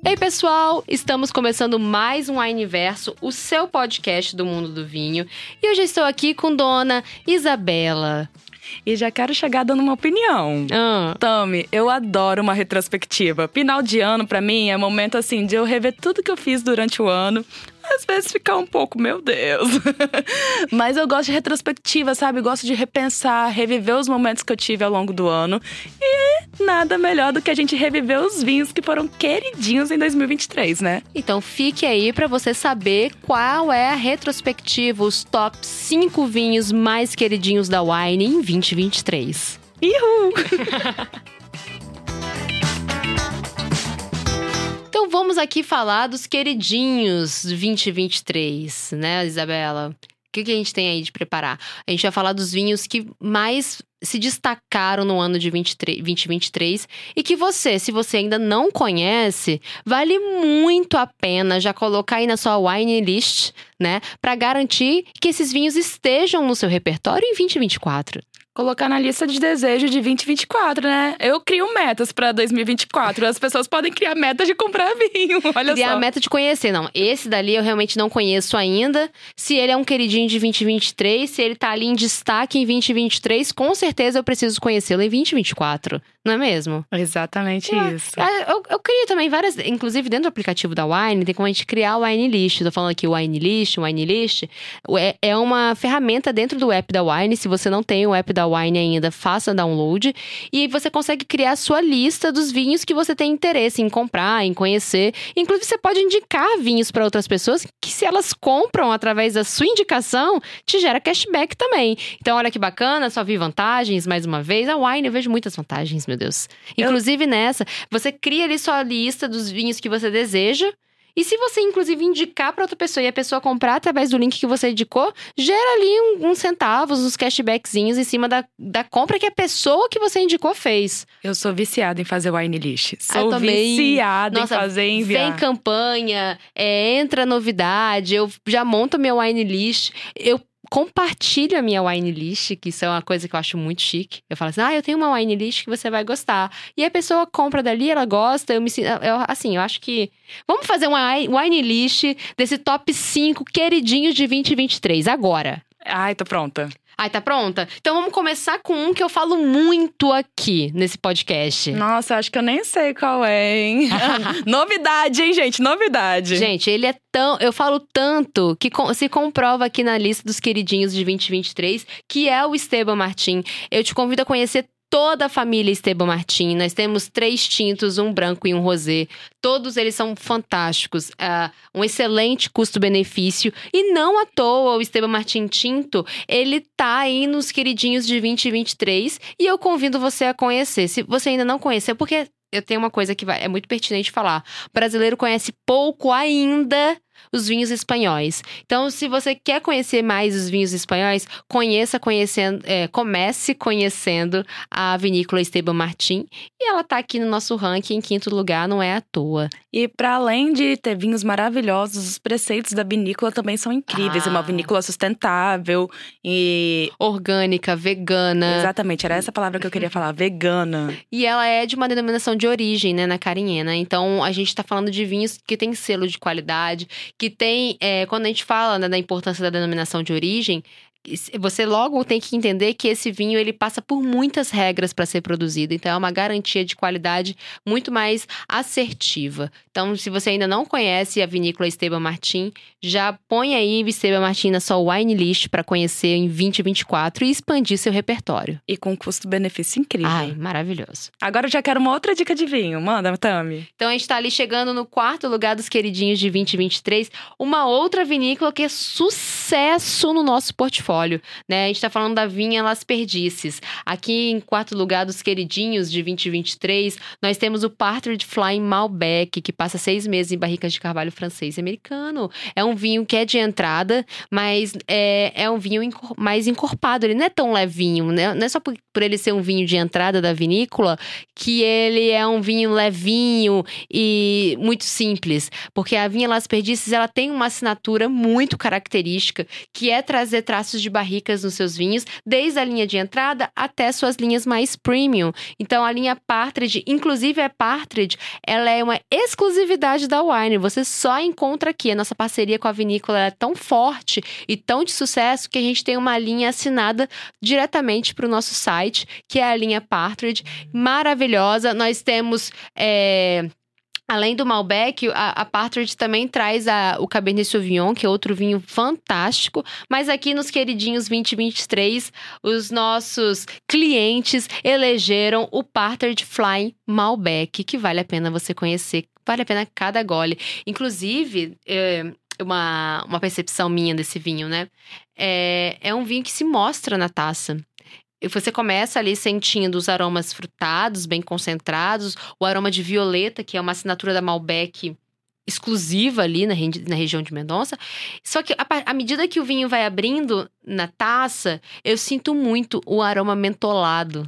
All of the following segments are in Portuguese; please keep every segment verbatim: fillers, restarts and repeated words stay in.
Ei, pessoal! Estamos começando mais um Wineverso, o seu podcast do mundo do vinho. E hoje eu estou aqui com Dona Isabela. E já quero chegar dando uma opinião. Ah. Tami, eu adoro uma retrospectiva. Final de ano, pra mim, é momento assim de eu rever tudo que eu fiz durante o ano. Às vezes ficar um pouco, meu Deus. Mas eu gosto de retrospectiva, sabe? Eu gosto de repensar, reviver os momentos que eu tive ao longo do ano. E nada melhor do que a gente reviver os vinhos que foram queridinhos em dois mil e vinte e três, né? Então fique aí pra você saber qual é a retrospectiva, os top cinco vinhos mais queridinhos da Wine em vinte e vinte e três. Uhul! Então vamos aqui falar dos queridinhos de vinte e vinte e três, né, Isabela? O que, que a gente tem aí de preparar? A gente vai falar dos vinhos que mais se destacaram no ano de vinte e vinte e três e que você, se você ainda não conhece, vale muito a pena já colocar aí na sua wine list, né? Pra garantir que esses vinhos estejam no seu repertório em vinte e vinte e quatro. Colocar na lista de desejo de vinte e vinte e quatro, né? Eu crio metas pra dois mil e vinte e quatro. As pessoas podem criar metas de comprar vinho, olha criar só. a meta de conhecer. Não, esse dali eu realmente não conheço ainda. Se ele é um queridinho de vinte e vinte e três, se ele tá ali em destaque em vinte e vinte e três, com certeza eu preciso conhecê-lo em vinte e vinte e quatro. Não é mesmo? Exatamente eu, isso. Eu, eu crio também várias, inclusive dentro do aplicativo da Wine, tem como a gente criar o Wine List. Tô falando aqui o Wine List, o Wine List. É, é uma ferramenta dentro do app da Wine. Se você não tem o app da Wine ainda, faça download. E você consegue criar a sua lista dos vinhos que você tem interesse em comprar, em conhecer. Inclusive, você pode indicar vinhos para outras pessoas que, se elas compram através da sua indicação, te gera cashback também. Então, olha que bacana, só vi vantagens, mais uma vez. A Wine, eu vejo muitas vantagens, meu Deus. Inclusive eu... nessa, você cria ali sua lista dos vinhos que você deseja. E se você, inclusive, indicar para outra pessoa e a pessoa comprar através do link que você indicou, gera ali uns um, um centavos, uns cashbackzinhos em cima da, da compra que a pessoa que você indicou fez. Eu sou viciada em fazer wine list. eu Sou também. viciada Nossa, em fazer e enviar. Vem campanha, é, entra novidade, eu já monto a minha wine list. Eu compartilho a minha wine list, que isso é uma coisa que eu acho muito chique. Eu falo assim, ah, eu tenho uma wine list que você vai gostar. E a pessoa compra dali, ela gosta, eu me sinto... Eu, assim, eu acho que... Vamos fazer uma wine list desse top cinco queridinhos de vinte e vinte e três, agora. Ai, tô pronta. Ai, tá pronta? Então vamos começar com um que eu falo muito aqui nesse podcast. Nossa, acho que eu nem sei qual é, hein? Novidade, hein, gente? Novidade. Gente, ele é tão... Eu falo tanto que se comprova aqui na lista dos queridinhos de vinte e vinte e três, que é o Esteban Martin. Eu te convido a conhecer toda a família Esteban Martin. Nós temos três tintos, um branco e um rosé. Todos eles são fantásticos. Uh, um excelente custo-benefício. E não à toa, o Esteban Martin Tinto, ele tá aí nos queridinhos de vinte e vinte e três. E eu convido você a conhecer. Se você ainda não conheceu, porque eu tenho uma coisa que vai, é muito pertinente falar. O brasileiro conhece pouco ainda os vinhos espanhóis. Então, se você quer conhecer mais os vinhos espanhóis, conheça conhecendo, é, comece conhecendo a vinícola Esteban Martin. E ela tá aqui no nosso ranking em quinto lugar, não é à toa. E para além de ter vinhos maravilhosos, os preceitos da vinícola também são incríveis. Ah. É uma vinícola sustentável e... orgânica, vegana. Exatamente, era essa palavra que eu queria falar, vegana. E ela é de uma denominação de origem, né, na Cariñena. Então, a gente tá falando de vinhos que tem selo de qualidade, que tem, é, quando a gente fala, né, da importância da denominação de origem, você logo tem que entender que esse vinho, ele passa por muitas regras para ser produzido. Então, é uma garantia de qualidade muito mais assertiva. Então, se você ainda não conhece a vinícola Esteban Martin, já põe aí Esteban Martin na sua wine list para conhecer em vinte e vinte e quatro e expandir seu repertório. E com custo-benefício incrível. Ai, maravilhoso. Agora eu já quero uma outra dica de vinho. Manda, Tami. Então, a gente tá ali chegando no quarto lugar dos queridinhos de vinte e vinte e três. Uma outra vinícola que é sucesso no nosso portfólio. Né? A gente tá falando da vinha Las Perdices. Aqui em quarto lugar dos queridinhos de vinte e vinte e três, nós temos o Partridge Flying Malbec, que passa seis meses em barricas de carvalho francês e americano. É um vinho que é de entrada, mas é, é um vinho encor- mais encorpado. Ele não é tão levinho, né? Não é só por, por ele ser um vinho de entrada da vinícola que ele é um vinho levinho e muito simples. Porque a vinha Las Perdices, ela tem uma assinatura muito característica característica, que é trazer traços de barricas nos seus vinhos, desde a linha de entrada até suas linhas mais premium. Então, a linha Partridge, inclusive a Partridge, ela é uma exclusividade da Wine. Você só encontra aqui. A nossa parceria com a vinícola é tão forte e tão de sucesso que a gente tem uma linha assinada diretamente para o nosso site, que é a linha Partridge. Maravilhosa. Nós temos... É... Além do Malbec, a, a Partridge também traz a, o Cabernet Sauvignon, que é outro vinho fantástico. Mas aqui nos queridinhos vinte e vinte e três, os nossos clientes elegeram o Partridge Flying Malbec, que vale a pena você conhecer, vale a pena cada gole. Inclusive, é, uma, uma percepção minha desse vinho, né? É, é um vinho que se mostra na taça. E você começa ali sentindo os aromas frutados, bem concentrados, o aroma de violeta, que é uma assinatura da Malbec exclusiva ali na, na região de Mendonça. Só que à medida que o vinho vai abrindo na taça, eu sinto muito o aroma mentolado.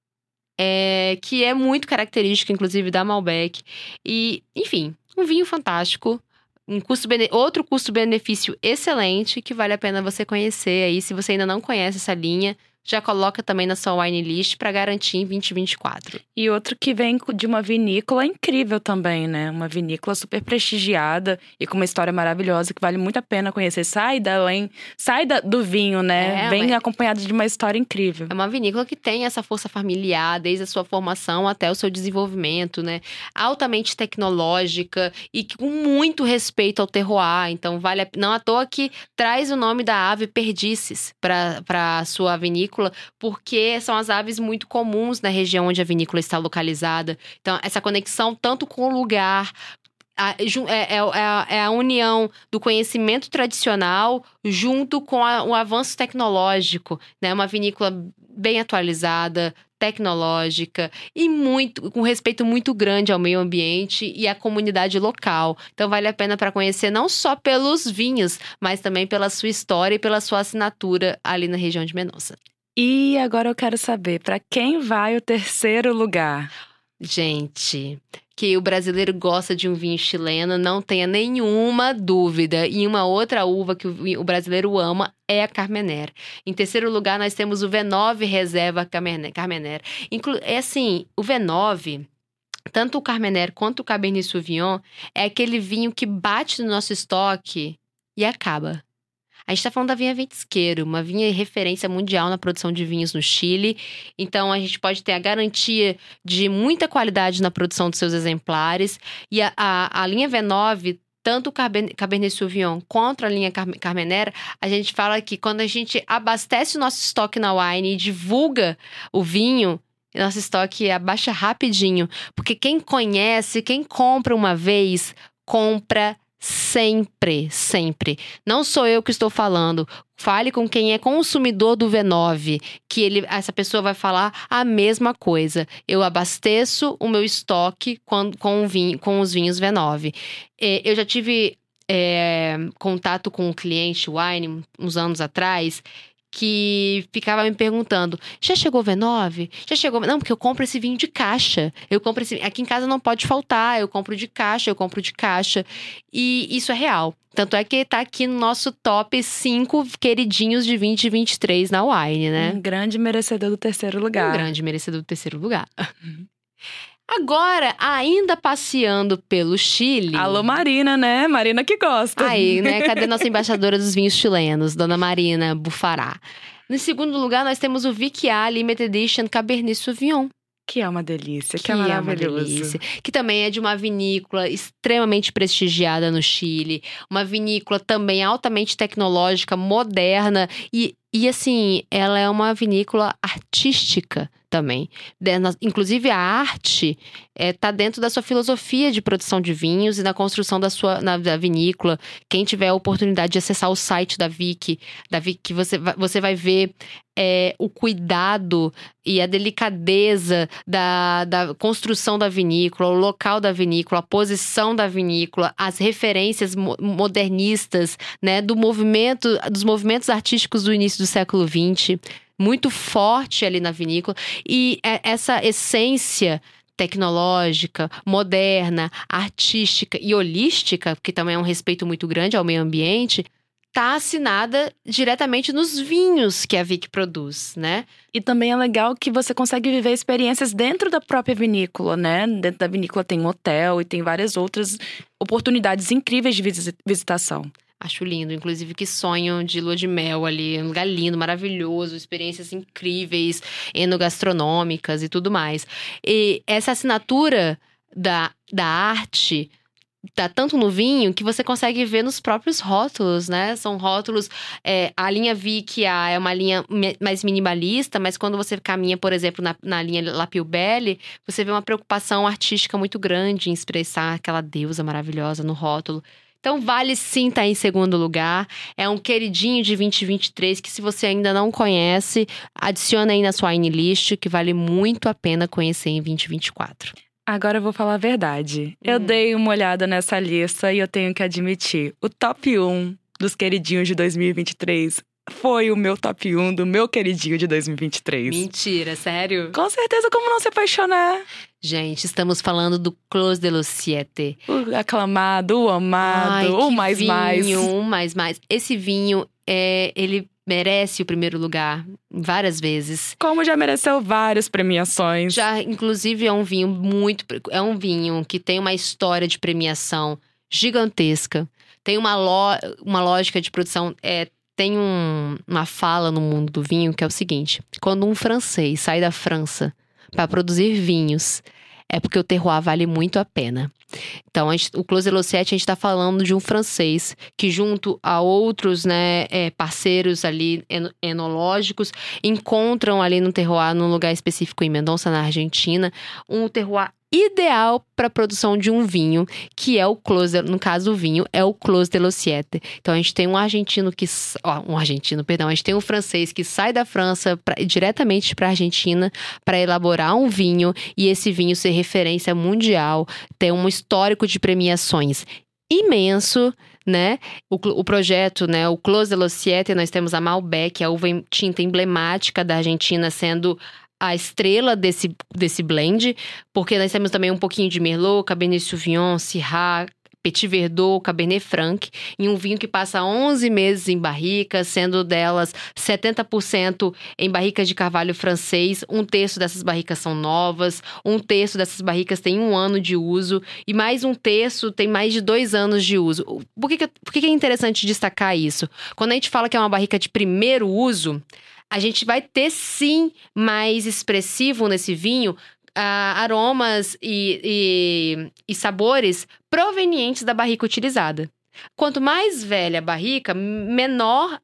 É, que é muito característico, inclusive, da Malbec. E, enfim, um vinho fantástico. Um custo outro custo-benefício excelente, que vale a pena você conhecer aí. Se você ainda não conhece essa linha, já coloca também na sua wine list para garantir em vinte e vinte e quatro. E outro que vem de uma vinícola incrível também, né? Uma vinícola super prestigiada e com uma história maravilhosa que vale muito a pena conhecer. Sai da além, sai da, do vinho, né? É, vem mas... acompanhado de uma história incrível. É uma vinícola que tem essa força familiar, desde a sua formação até o seu desenvolvimento, né? Altamente tecnológica e com muito respeito ao terroir. Então, vale a... não à toa que traz o nome da ave Perdices para a sua vinícola, porque são as aves muito comuns na região onde a vinícola está localizada. Então, essa conexão tanto com o lugar, a, é, é, é a união do conhecimento tradicional junto com a, o avanço tecnológico, né? Uma vinícola bem atualizada, tecnológica e muito, com respeito muito grande ao meio ambiente e à comunidade local. Então vale a pena para conhecer não só pelos vinhos, mas também pela sua história e pela sua assinatura ali na região de Mendonça. E agora eu quero saber, para quem vai o terceiro lugar? Gente, que o brasileiro gosta de um vinho chileno, não tenha nenhuma dúvida. E uma outra uva que o brasileiro ama é a Carmenère. Em terceiro lugar, nós temos o V nove Reserva Carmenère. Inclu- é assim, o V nove... Tanto o Carmenère quanto o Cabernet Sauvignon é aquele vinho que bate no nosso estoque e acaba. A gente está falando da vinha Ventisqueiro, uma vinha referência mundial na produção de vinhos no Chile. Então, a gente pode ter a garantia de muita qualidade na produção dos seus exemplares. E a, a, a linha V nove, tanto o Cabernet Sauvignon quanto a linha Carmenère, a gente fala que quando a gente abastece o nosso estoque na Wine e divulga o vinho, nosso estoque abaixa rapidinho. Porque quem conhece, quem compra uma vez, compra sempre, sempre. Não sou eu que estou falando. Fale com quem é consumidor do V nove, que ele, essa pessoa vai falar a mesma coisa. Eu abasteço o meu estoque com, com, vinho, com os vinhos V nove. Eu já tive é, contato com um cliente wine uns anos atrás, que ficava me perguntando, já chegou o V nove? Já chegou? Não, porque eu compro esse vinho de caixa. Eu compro esse... Aqui em casa não pode faltar, eu compro de caixa, eu compro de caixa. E isso é real. Tanto é que tá aqui no nosso top cinco queridinhos de vinte e vinte e três na Wine, né? Um grande merecedor do terceiro lugar. Um grande merecedor do terceiro lugar. Agora, ainda passeando pelo Chile... Alô, Marina, né? Marina que gosta. Aí, né? Cadê nossa embaixadora dos vinhos chilenos? Dona Marina Bufará. No segundo lugar, nós temos o Viquiá Limited Edition Cabernet Sauvignon. Que é uma delícia, que, que é maravilhoso. É uma delícia. Que também é de uma vinícola extremamente prestigiada no Chile. Uma vinícola também altamente tecnológica, moderna. E, e assim, ela é uma vinícola artística também. Inclusive, a arte está é, dentro da sua filosofia de produção de vinhos e na construção da sua na, da vinícola. Quem tiver a oportunidade de acessar o site da Vic, da Vic você, vai, você vai ver é, o cuidado e a delicadeza da, da construção da vinícola, o local da vinícola, a posição da vinícola, as referências mo- modernistas, né, do movimento, dos movimentos artísticos do início do século vinte, muito forte ali na vinícola. E essa essência tecnológica, moderna, artística e holística, que também é um respeito muito grande ao meio ambiente, tá assinada diretamente nos vinhos que a Vick produz, né? E também é legal que você consegue viver experiências dentro da própria vinícola, né? Dentro da vinícola tem um hotel e tem várias outras oportunidades incríveis de visitação. Acho lindo, inclusive que sonho de lua de mel ali, um lugar lindo, maravilhoso, experiências incríveis, enogastronômicas e tudo mais. E essa assinatura da, da arte tá tanto no vinho que você consegue ver nos próprios rótulos, né? São rótulos… É, a linha Vick é uma linha mais minimalista, mas quando você caminha, por exemplo, na, na linha La Più Belle, você vê uma preocupação artística muito grande em expressar aquela deusa maravilhosa no rótulo. Então, vale sim estar em segundo lugar. É um queridinho de vinte e vinte e três que, se você ainda não conhece, adiciona aí na sua wine list, que vale muito a pena conhecer em vinte e vinte e quatro. Agora eu vou falar a verdade. Eu hum. dei uma olhada nessa lista e eu tenho que admitir. O top um dos queridinhos de dois mil e vinte e três foi o meu top um do meu queridinho de dois mil e vinte e três. Mentira, sério? Com certeza, como não se apaixonar? Gente, estamos falando do Clos de los Siete. O aclamado, o amado, Ai, o mais vinho, mais. O mais mais. Esse vinho, é, ele merece o primeiro lugar várias vezes. Como já mereceu várias premiações. Já, inclusive, é um vinho muito… É um vinho que tem uma história de premiação gigantesca. Tem uma, lo, uma lógica de produção… É, tem um, uma fala no mundo do vinho que é o seguinte. Quando um francês sai da França para produzir vinhos, é porque o terroir vale muito a pena. Então, a gente, o Clos de los Siete, a gente está falando de um francês que, junto a outros, né, é, parceiros ali enológicos, encontram ali no terroir, num lugar específico em Mendoza, na Argentina, um terroir ideal para a produção de um vinho, que é o Clos, de, no caso o vinho, é o Clos de los Siete. Então a gente tem um argentino que… Ó, um argentino, perdão. A gente tem um francês que sai da França pra, diretamente para a Argentina para elaborar um vinho e esse vinho ser referência mundial, ter um histórico de premiações imenso, né? O, o projeto, né? O Clos de los Siete, nós temos a Malbec, a uva tinta emblemática da Argentina, sendo a estrela desse, desse blend, porque nós temos também um pouquinho de Merlot, Cabernet Sauvignon, Syrah, Petit Verdot, Cabernet Franc, em um vinho que passa onze meses em barrica, sendo delas setenta por cento em barricas de carvalho francês, um terço dessas barricas são novas, um terço dessas barricas tem um ano de uso e mais um terço tem mais de dois anos de uso. Por que, que, por que, que é interessante destacar isso? Quando a gente fala que é uma barrica de primeiro uso, a gente vai ter, sim, mais expressivo nesse vinho uh, aromas e, e, e sabores provenientes da barrica utilizada. Quanto mais velha a barrica, menor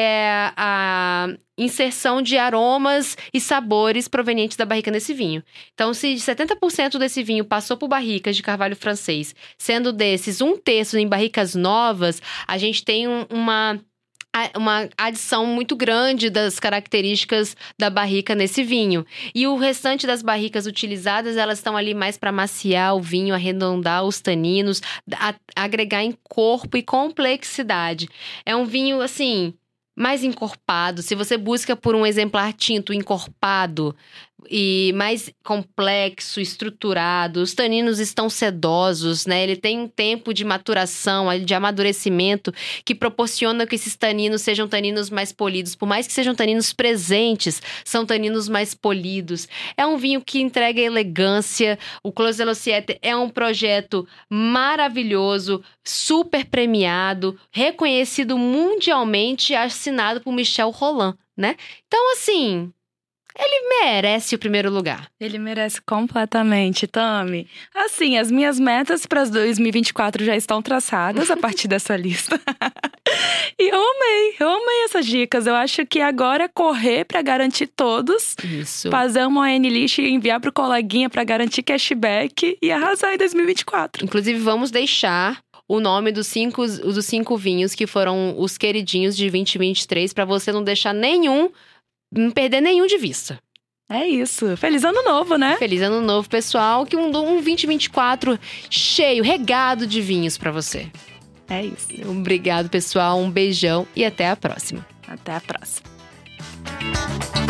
é a inserção de aromas e sabores provenientes da barrica nesse vinho. Então, se setenta por cento desse vinho passou por barricas de carvalho francês, sendo desses um terço em barricas novas, a gente tem um, uma… uma adição muito grande das características da barrica nesse vinho. E o restante das barricas utilizadas, elas estão ali mais para maciar o vinho, arredondar os taninos, a, agregar em corpo e complexidade. É um vinho, assim, mais encorpado. Se você busca por um exemplar tinto encorpado e mais complexo, estruturado, os taninos estão sedosos, né? Ele tem um tempo de maturação, de amadurecimento, que proporciona que esses taninos sejam taninos mais polidos. Por mais que sejam taninos presentes, são taninos mais polidos. É um vinho que entrega elegância. O Clos de los Siete é um projeto maravilhoso, super premiado, reconhecido mundialmente, assinado por Michel Rolland, né? Então, assim… ele merece o primeiro lugar. Ele merece completamente, Tami. Assim, as minhas metas para dois mil e vinte e quatro já estão traçadas a partir dessa lista. E eu amei, eu amei essas dicas. Eu acho que agora é correr para garantir todos. Isso. Fazer uma wine list e enviar pro coleguinha para garantir cashback e arrasar em dois mil e vinte e quatro. Inclusive, vamos deixar o nome dos cinco, dos cinco vinhos que foram os queridinhos de vinte e vinte e três para você não deixar nenhum… não perder nenhum de vista. É isso. Feliz ano novo, né? Feliz ano novo, pessoal. Que um, um vinte e vinte e quatro cheio, regado de vinhos pra você. É isso. Obrigado, pessoal. Um beijão e até a próxima. Até a próxima.